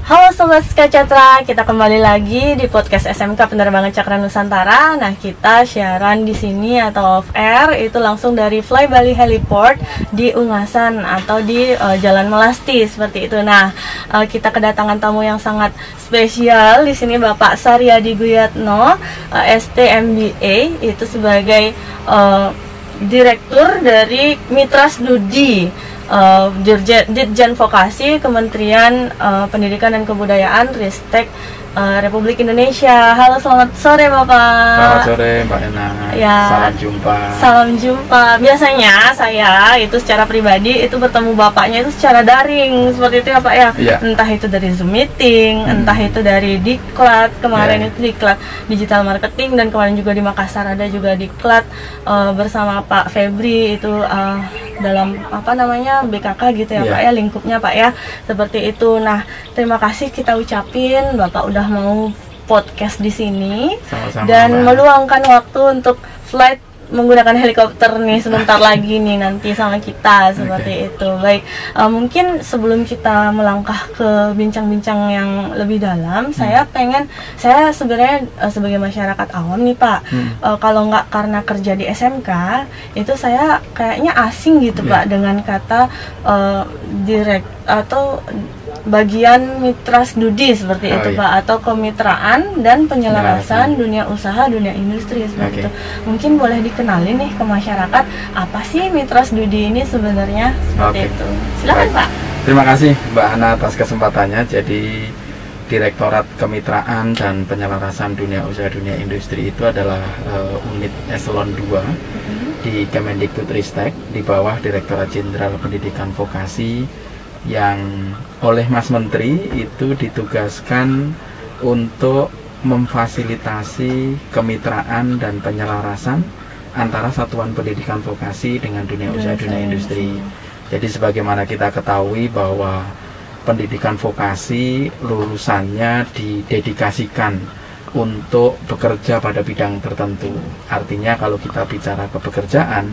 Halo Sobat Skacatra, kita kembali lagi di podcast SMK Penerbangan Cakra Nusantara. Nah, kita siaran di sini atau off air itu langsung dari Fly Bali Heliport di Ungasan atau di Jalan Melasti seperti itu. Nah, kita kedatangan tamu yang sangat spesial di sini, Bapak Saryadi Guyatno, ST MBA, itu sebagai direktur dari Mitra Studi Dirjen Vokasi Kementerian Pendidikan dan Kebudayaan Ristek Republik Indonesia. Halo, selamat sore Bapak. Selamat sore Mbak Ena. Ya, salam jumpa. Salam jumpa. Biasanya saya itu secara pribadi itu bertemu Bapaknya itu secara daring seperti itu ya Pak ya. Ya. Entah itu dari Zoom meeting, entah itu dari Diklat kemarin itu Diklat Digital Marketing, dan kemarin juga di Makassar ada juga Diklat bersama Pak Febri itu dalam apa namanya BKK gitu ya Pak ya, lingkupnya Pak ya, seperti itu. Nah, terima kasih kita ucapin Bapak udah mau podcast di sini. Sama-sama, dan Mbak. meluangkan waktu untuk flight menggunakan helikopter nih sebentar lagi nih nanti sama kita seperti itu. Baik, mungkin sebelum kita melangkah ke bincang-bincang yang lebih dalam, saya sebenarnya sebagai masyarakat awam nih Pak, kalau nggak karena kerja di SMK itu saya kayaknya asing gitu Pak dengan kata direct atau bagian Mitra Studi seperti itu Pak, atau kemitraan dan penyelarasan dunia usaha, dunia industri seperti itu. Mungkin boleh dikenalin nih ke masyarakat apa sih Mitra Studi ini sebenarnya seperti itu. Silakan Pak. Terima kasih Mbak Ana atas kesempatannya. Jadi Direktorat Kemitraan dan Penyelarasan Dunia Usaha Dunia Industri itu adalah unit eselon 2 di Kemendikbudristek di bawah Direktorat Jenderal Pendidikan Vokasi, yang oleh Mas Menteri itu ditugaskan untuk memfasilitasi kemitraan dan penyelarasan antara satuan pendidikan vokasi dengan dunia usaha dunia industri. Jadi sebagaimana kita ketahui bahwa pendidikan vokasi lulusannya didedikasikan untuk bekerja pada bidang tertentu. Artinya kalau kita bicara kepekerjaan,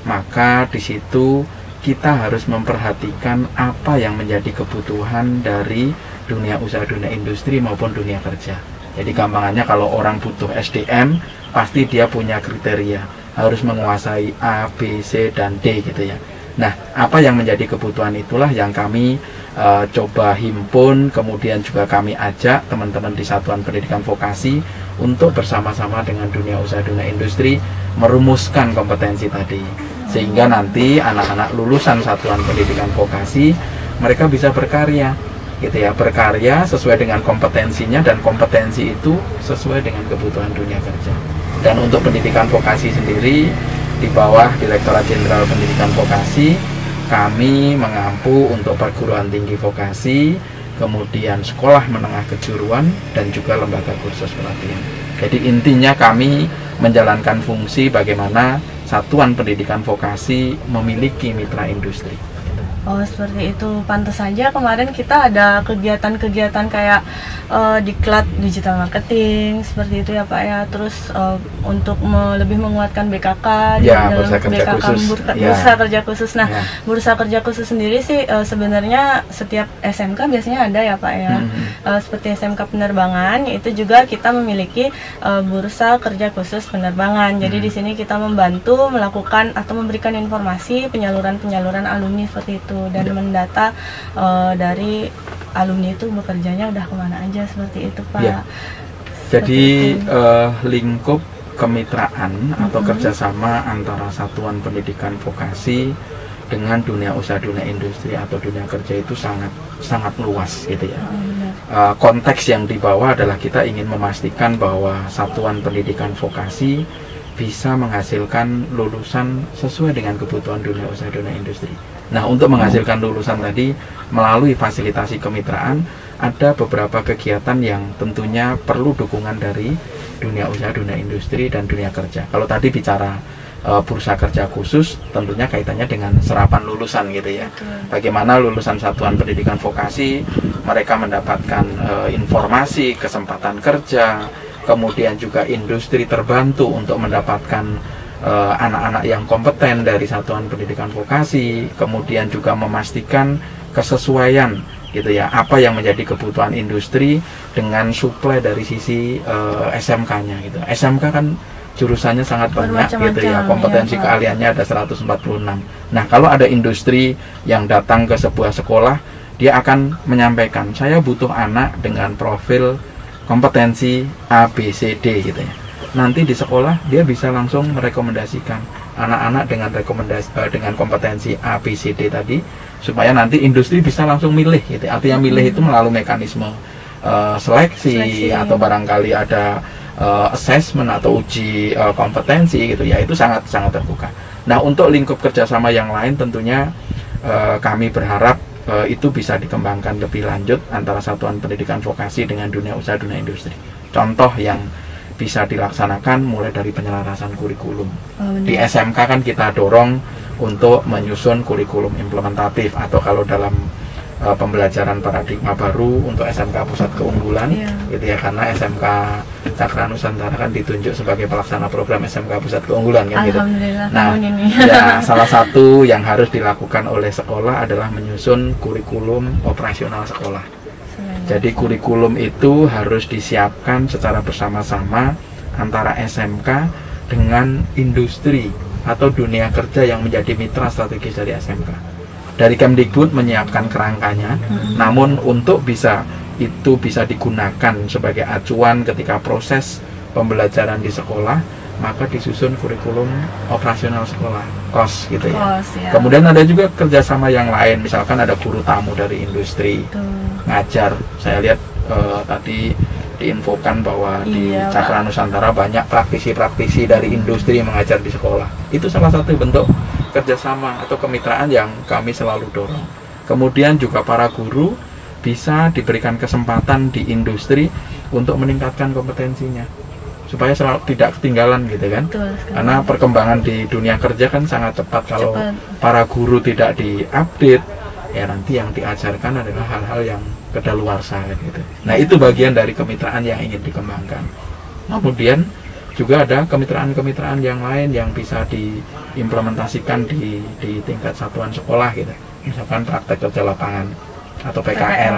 maka di situ kita harus memperhatikan apa yang menjadi kebutuhan dari dunia usaha, dunia industri maupun dunia kerja. Jadi gampangannya kalau orang butuh SDM, pasti dia punya kriteria, harus menguasai A, B, C, dan D gitu ya. Nah, apa yang menjadi kebutuhan itulah yang kami coba himpun, kemudian juga kami ajak teman-teman di Satuan Pendidikan Vokasi untuk bersama-sama dengan dunia usaha, dunia industri merumuskan kompetensi tadi. Sehingga nanti anak-anak lulusan Satuan Pendidikan Vokasi mereka bisa berkarya gitu ya, berkarya sesuai dengan kompetensinya, dan kompetensi itu sesuai dengan kebutuhan dunia kerja. Dan untuk pendidikan vokasi sendiri di bawah Direktorat Jenderal Pendidikan Vokasi, kami mengampu untuk perguruan tinggi vokasi, kemudian sekolah menengah kejuruan, dan juga lembaga kursus pelatihan. Jadi intinya kami menjalankan fungsi bagaimana Satuan Pendidikan Vokasi memiliki mitra industri. Oh, seperti itu. Pantas saja kemarin kita ada kegiatan-kegiatan kayak Diklat Digital Marketing seperti itu ya Pak ya. Terus untuk lebih menguatkan BKK ya, dalam bursa kerja BKK khusus. Bursa kerja khusus. Nah, bursa kerja khusus sendiri sih sebenarnya setiap SMK biasanya ada ya Pak ya. Seperti SMK penerbangan itu juga kita memiliki bursa kerja khusus penerbangan. Jadi di sini kita membantu melakukan atau memberikan informasi penyaluran alumni seperti itu, dan mendata dari alumni itu bekerjanya udah kemana aja seperti itu Pak. Ya. Jadi lingkup kemitraan atau kerjasama antara Satuan Pendidikan Vokasi dengan dunia usaha, dunia industri atau dunia kerja itu sangat luas gitu ya. Konteks yang dibawa adalah kita ingin memastikan bahwa Satuan Pendidikan Vokasi bisa menghasilkan lulusan sesuai dengan kebutuhan dunia usaha, dunia industri. Nah, untuk menghasilkan lulusan tadi melalui fasilitasi kemitraan, ada beberapa kegiatan yang tentunya perlu dukungan dari dunia usaha, dunia industri, dan dunia kerja. Kalau tadi bicara bursa kerja khusus, tentunya kaitannya dengan serapan lulusan gitu ya. Bagaimana lulusan Satuan Pendidikan Vokasi mereka mendapatkan informasi, kesempatan kerja, kemudian juga industri terbantu untuk mendapatkan anak-anak yang kompeten dari Satuan Pendidikan Vokasi, kemudian juga memastikan kesesuaian gitu ya, apa yang menjadi kebutuhan industri dengan supply dari sisi SMK-nya gitu. SMK kan jurusannya sangat banyak gitu ya, kompetensi keahliannya ada 146. Nah, kalau ada industri yang datang ke sebuah sekolah, dia akan menyampaikan, saya butuh anak dengan profil kompetensi A, B, C, D gitu ya. Nanti di sekolah dia bisa langsung merekomendasikan anak-anak dengan kompetensi A, B, C, D tadi, supaya nanti industri bisa langsung milih gitu. Artinya milih itu melalui mekanisme seleksi atau barangkali ada assessment atau uji kompetensi gitu ya, itu sangat terbuka. Nah, untuk lingkup kerjasama yang lain tentunya kami berharap itu bisa dikembangkan lebih lanjut antara satuan pendidikan vokasi dengan dunia usaha, dunia industri. Contoh yang bisa dilaksanakan mulai dari penyelarasan kurikulum. Di SMK kan kita dorong untuk menyusun kurikulum implementatif, atau kalau dalam pembelajaran paradigma baru untuk SMK Pusat Keunggulan gitu ya, karena SMK Cakra Nusantara kan ditunjuk sebagai pelaksana program SMK Pusat Keunggulan kan gitu. Nah, ya salah satu yang harus dilakukan oleh sekolah adalah menyusun kurikulum operasional sekolah. Jadi kurikulum itu harus disiapkan secara bersama-sama antara SMK dengan industri atau dunia kerja yang menjadi mitra strategis dari SMK. Dari Kemdikbud menyiapkan kerangkanya, namun untuk bisa digunakan sebagai acuan ketika proses pembelajaran di sekolah, maka disusun kurikulum operasional sekolah, KOS gitu ya. Kemudian ada juga kerjasama yang lain, misalkan ada guru tamu dari industri ngajar. Saya lihat tadi diinfokan bahwa di Cakra Nusantara banyak praktisi-praktisi dari industri yang mengajar di sekolah. Itu salah satu bentuk kerjasama atau kemitraan yang kami selalu dorong. Kemudian juga para guru bisa diberikan kesempatan di industri untuk meningkatkan kompetensinya supaya selalu tidak ketinggalan gitu kan. Karena perkembangan di dunia kerja kan sangat cepat. Kalau para guru tidak diupdate, ya nanti yang diajarkan adalah hal-hal yang kedaluarsa gitu. Nah, itu bagian dari kemitraan yang ingin dikembangkan. Kemudian juga ada kemitraan-kemitraan yang lain yang bisa diimplementasikan di tingkat satuan sekolah gitu. Misalkan praktek kerja lapangan atau PKL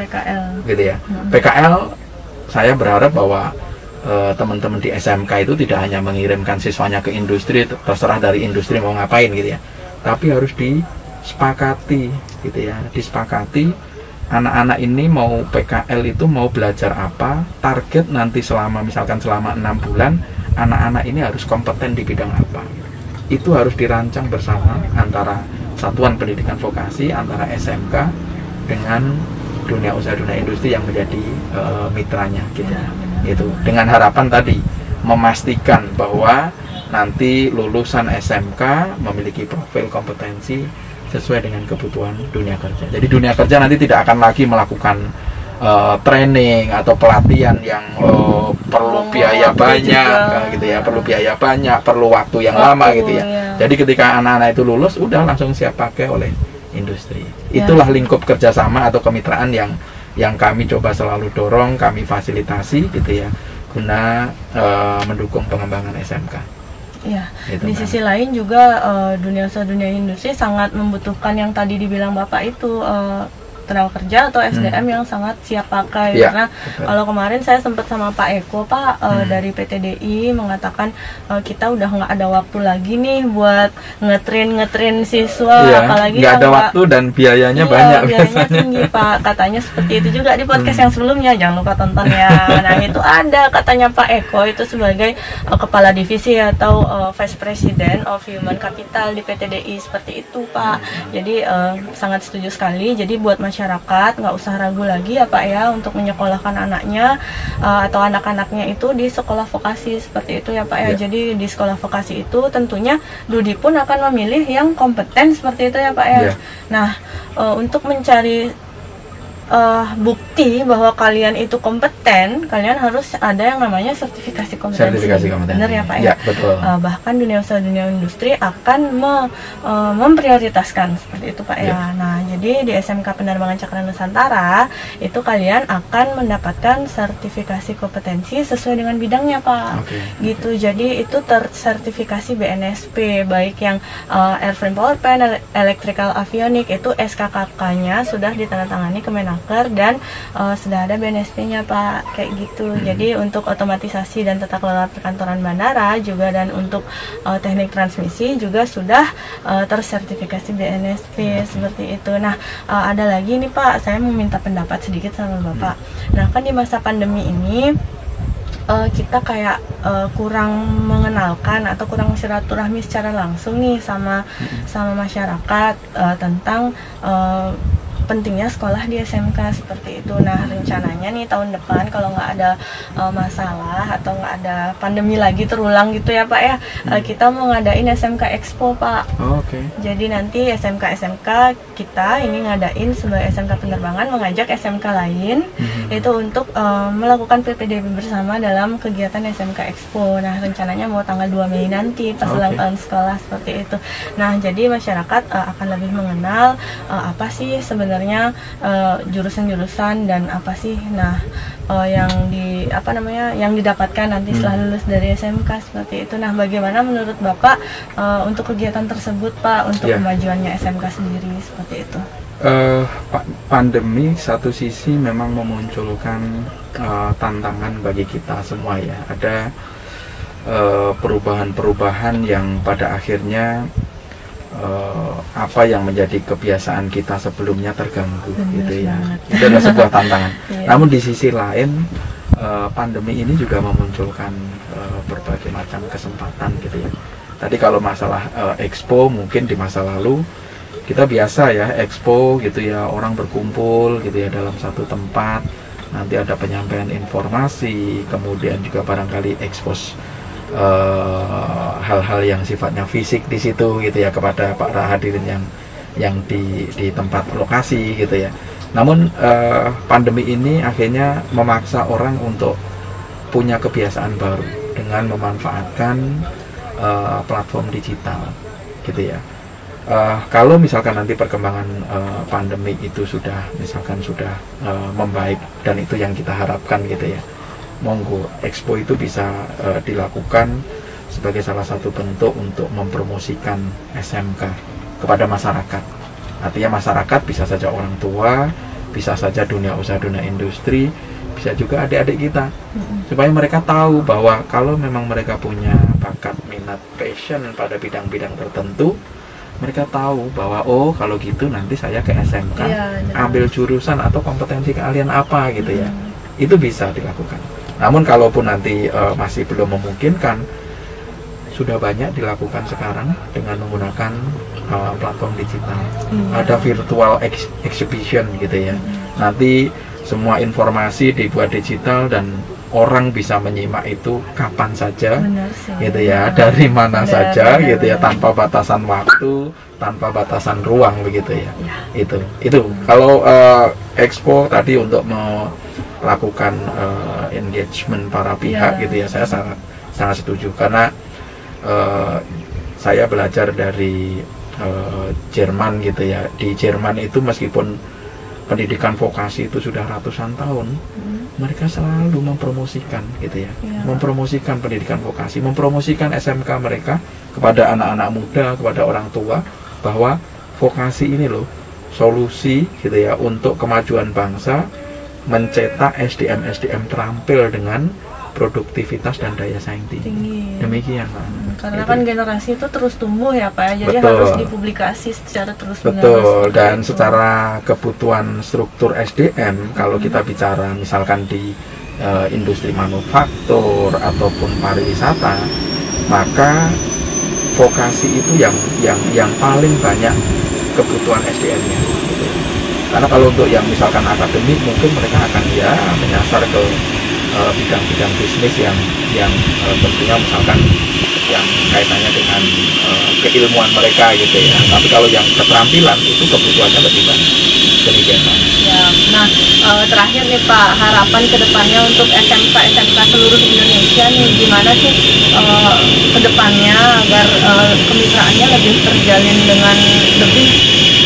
gitu ya. PKL, saya berharap bahwa teman-teman di SMK itu tidak hanya mengirimkan siswanya ke industri, terserah dari industri mau ngapain gitu ya, tapi harus disepakati gitu ya, disepakati anak-anak ini mau PKL itu mau belajar apa, target nanti misalkan selama 6 bulan anak-anak ini harus kompeten di bidang apa. Itu harus dirancang bersama antara satuan pendidikan vokasi, antara SMK dengan dunia usaha, dunia industri yang menjadi mitranya gitu. Itu dengan harapan tadi memastikan bahwa nanti lulusan SMK memiliki profil kompetensi sesuai dengan kebutuhan dunia kerja. Jadi dunia kerja nanti tidak akan lagi melakukan training atau pelatihan yang perlu biaya banyak gitu ya, perlu biaya banyak, perlu waktu yang lama gitu ya. Jadi ketika anak-anak itu lulus udah langsung siap pakai oleh industri. Itulah lingkup kerjasama atau kemitraan yang kami coba selalu dorong, kami fasilitasi gitu ya, guna mendukung pengembangan SMK. Ya, gitu, di sisi lain juga dunia usaha, dunia industri sangat membutuhkan yang tadi dibilang Bapak itu tenaga kerja atau SDM yang sangat siap pakai. Karena kalau kemarin saya sempat sama Pak Eko, Pak dari PTDI mengatakan kita udah nggak ada waktu lagi nih buat ngetrain siswa, apalagi nggak ada waktu dan biayanya banyak. Biayanya tinggi Pak, katanya seperti itu juga di podcast yang sebelumnya, jangan lupa tonton ya. Nah itu ada katanya Pak Eko itu sebagai kepala divisi atau Vice President of Human Capital di PTDI, seperti itu Pak. Jadi sangat setuju sekali. Jadi buat masyarakat nggak usah ragu lagi ya Pak ya untuk menyekolahkan anaknya atau anak-anaknya itu di sekolah vokasi, seperti itu ya Pak ya. Jadi di sekolah vokasi itu tentunya Dudi pun akan memilih yang kompeten, seperti itu ya Pak ya. Nah untuk mencari bukti bahwa kalian itu kompeten, kalian harus ada yang namanya sertifikasi kompetensi. Benar ya Pak ya? Betul. Bahkan dunia usaha, dunia industri akan memprioritaskan, seperti itu Pak ya. Nah jadi di SMK Penerbangan Cakra Nusantara itu kalian akan mendapatkan sertifikasi kompetensi sesuai dengan bidangnya Pak. Gitu. Jadi itu tersertifikasi BNSP, baik yang Airframe Powerplant, Electrical Avionics itu SKKK-nya sudah ditandatangani Kemenak. Menaker, dan sudah ada BNSP-nya Pak, kayak gitu. Jadi untuk otomatisasi dan tata kelola perkantoran bandara juga, dan untuk teknik transmisi juga sudah tersertifikasi BNSP seperti itu. Nah, ada lagi nih Pak, saya mau minta pendapat sedikit sama Bapak. Nah, kan di masa pandemi ini kita kayak kurang mengenalkan atau kurang silaturahmi secara langsung nih sama masyarakat tentang pentingnya sekolah di SMK seperti itu. Nah, rencananya nih tahun depan kalau nggak ada masalah atau nggak ada pandemi lagi terulang gitu ya Pak ya, kita mau ngadain SMK Expo Pak. Oke. Jadi nanti SMK kita ini ngadain sebagai SMK penerbangan mengajak SMK lain itu untuk melakukan PPDB bersama dalam kegiatan SMK Expo. Nah, rencananya mau tanggal 2 Mei nanti pas ulang tahun sekolah seperti itu. Nah, jadi masyarakat akan lebih mengenal apa sih sebenarnya jurusan-jurusan dan apa sih yang yang didapatkan nanti setelah lulus dari SMK seperti itu. Nah, bagaimana menurut Bapak untuk kegiatan tersebut Pak, untuk kemajuannya SMK sendiri seperti itu? Pandemi satu sisi memang memunculkan tantangan bagi kita semua ya. Ada perubahan-perubahan yang pada akhirnya apa yang menjadi kebiasaan kita sebelumnya terganggu. Benar gitu ya. Itu adalah sebuah tantangan. Namun di sisi lain pandemi ini juga memunculkan berbagai macam kesempatan gitu ya. Tadi kalau masalah expo, mungkin di masa lalu kita biasa ya expo gitu ya, orang berkumpul gitu ya dalam satu tempat, nanti ada penyampaian informasi, kemudian juga barangkali expose hal-hal yang sifatnya fisik di situ gitu ya kepada para hadirin yang di tempat lokasi gitu ya. Namun pandemi ini akhirnya memaksa orang untuk punya kebiasaan baru dengan memanfaatkan platform digital gitu ya. Kalau misalkan nanti perkembangan pandemi itu sudah membaik, dan itu yang kita harapkan gitu ya, monggo expo itu bisa dilakukan sebagai salah satu bentuk untuk mempromosikan SMK kepada masyarakat. Artinya masyarakat bisa saja orang tua, bisa saja dunia usaha, dunia industri, bisa juga adik-adik kita, supaya mereka tahu bahwa kalau memang mereka punya bakat, minat, passion pada bidang-bidang tertentu, mereka tahu bahwa oh kalau gitu nanti saya ke SMK ambil jurusan atau kompetensi keahlian apa gitu ya. Itu bisa dilakukan. Namun kalaupun nanti masih belum memungkinkan, sudah banyak dilakukan sekarang dengan menggunakan platform digital. Ada virtual exhibition gitu ya. Nanti semua informasi dibuat digital dan orang bisa menyimak itu kapan saja gitu ya, dari mana saja gitu ya, tanpa batasan waktu, tanpa batasan ruang begitu ya. Itu kalau expo tadi untuk melakukan engagement para pihak gitu ya, saya sangat setuju karena saya belajar dari Jerman gitu ya. Di Jerman itu meskipun pendidikan vokasi itu sudah ratusan tahun, mereka selalu mempromosikan gitu ya, mempromosikan pendidikan vokasi, mempromosikan SMK mereka kepada anak-anak muda, kepada orang tua, bahwa vokasi ini loh solusi gitu ya untuk kemajuan bangsa, mencetak SDM terampil dengan produktivitas dan daya saing tinggi. Demikian Pak. Karena kan generasi itu terus tumbuh ya Pak, jadi harus dipublikasi secara terus-menerus. Betul, dan secara kebutuhan struktur SDM, kalau kita bicara misalkan di industri manufaktur ataupun pariwisata, maka vokasi itu yang paling banyak kebutuhan SDM-nya. Gitu. Karena kalau untuk yang misalkan akademik, mungkin mereka akan menyasar ke bidang-bidang bisnis yang tentunya misalkan yang kaitannya dengan keilmuan mereka gitu ya. Tapi kalau yang keterampilan itu kebutuhannya lebih banyak. Demikian Pak. Ya, nah terakhir nih Pak, harapan kedepannya untuk SMK seluruh Indonesia nih, gimana sih kedepannya agar kemitraannya lebih terjalin dengan lebih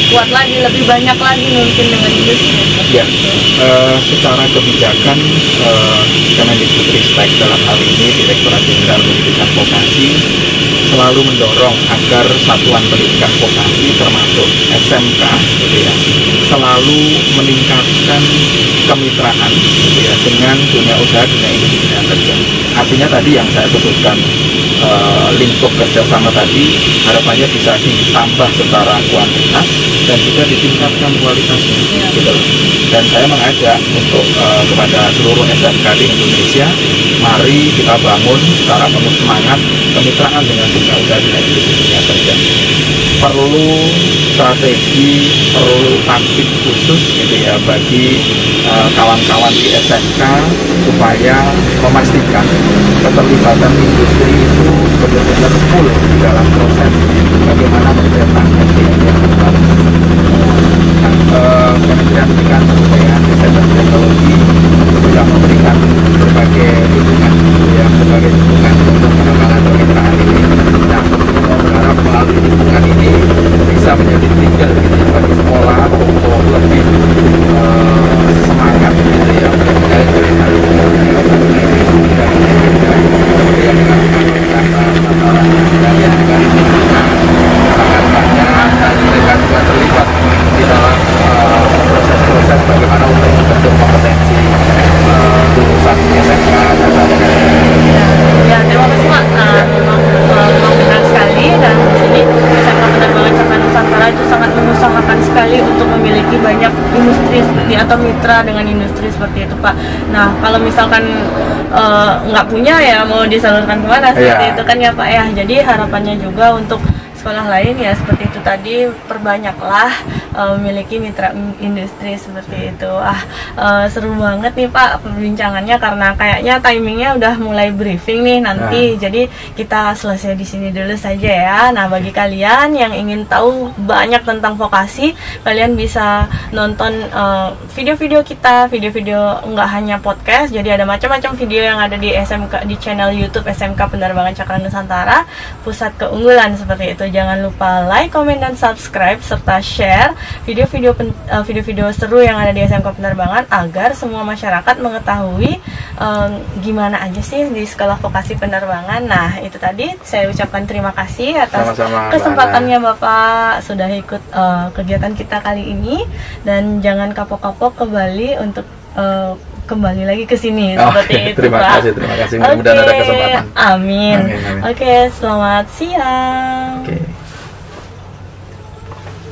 kuat lagi, lebih banyak lagi mungkin dengan industri. Ya, secara kebijakan Kemendikbudristek dalam hal ini Direktorat Jenderal Pendidikan Vokasi selalu mendorong agar satuan pendidikan vokasi termasuk SMK gitu ya, selalu meningkatkan kemitraan gitu ya, dengan dunia usaha, dunia industri, dunia kerja. Artinya tadi yang saya sebutkan, lingkup kerjasama tadi harapannya bisa ditambah secara kuantitas dan juga ditingkatkan kualitasnya gitu. Dan saya mengajak untuk kepada seluruh SMK di Indonesia, mari kita bangun secara penuh semangat kemitraan dengan dunia usaha, dunia industri, dunia kerja. Perlu strategi, perlu taktik khusus gitu ya bagi kawan-kawan di SMK supaya memastikan keterlibatan industri itu benar-benar full di dalam proses bagaimana mencetak SDM yang bagus. Kementerian Pendidikan, Kebudayaan, Riset dan Teknologi sudah memberikan berbagai dukungan, ya, berbagai dukungan untuk pengembangan kemitraan ini. Nah, saya berharap melalui dukungan ini bisa menjadi trigger gitu ya, bagi sekolah untuk lebih semangat gitu ya, seperti yang dilakukan dan sangat banyak, dan mereka juga terlibat di dalam proses-proses bagaimana untuk membentuk kompetensi lulusan SMK dan lain-lain. Ya, terima kasih Pak. Memang benar sekali, dan di sini SMK Penerbangan Cakra Nusantara itu sangat mengusahakan sekali untuk memiliki banyak industri seperti atau mitra dengan industri seperti itu Pak. Nah, kalau misalkan nggak punya ya mau disalurkan kemana seperti itu kan ya Pak ya. Jadi harapannya juga untuk sekolah lain ya seperti itu tadi, perbanyaklah memiliki mitra industri seperti itu. Seru banget nih Pak perbincangannya, karena kayaknya timingnya udah mulai briefing nih nanti. Jadi kita selesai di sini dulu saja ya. Nah, bagi kalian yang ingin tahu banyak tentang vokasi, kalian bisa nonton video-video kita, video-video nggak hanya podcast. Jadi ada macam-macam video yang ada di SMK, di channel YouTube SMK Penerbangan Cakra Nusantara, pusat keunggulan seperti itu. Jangan lupa like, komen, dan subscribe serta share video-video seru yang ada di SMK Penerbangan agar semua masyarakat mengetahui gimana aja sih di sekolah vokasi penerbangan. Nah, itu tadi saya ucapkan terima kasih atas kesempatannya Bapak sudah ikut kegiatan kita kali ini, dan jangan kapok-kapok ke Bali untuk kembali lagi ke sini seperti itu terima Pak. Terima kasih. Mudah-mudahan ada kesempatan. Amin. Oke, selamat siang.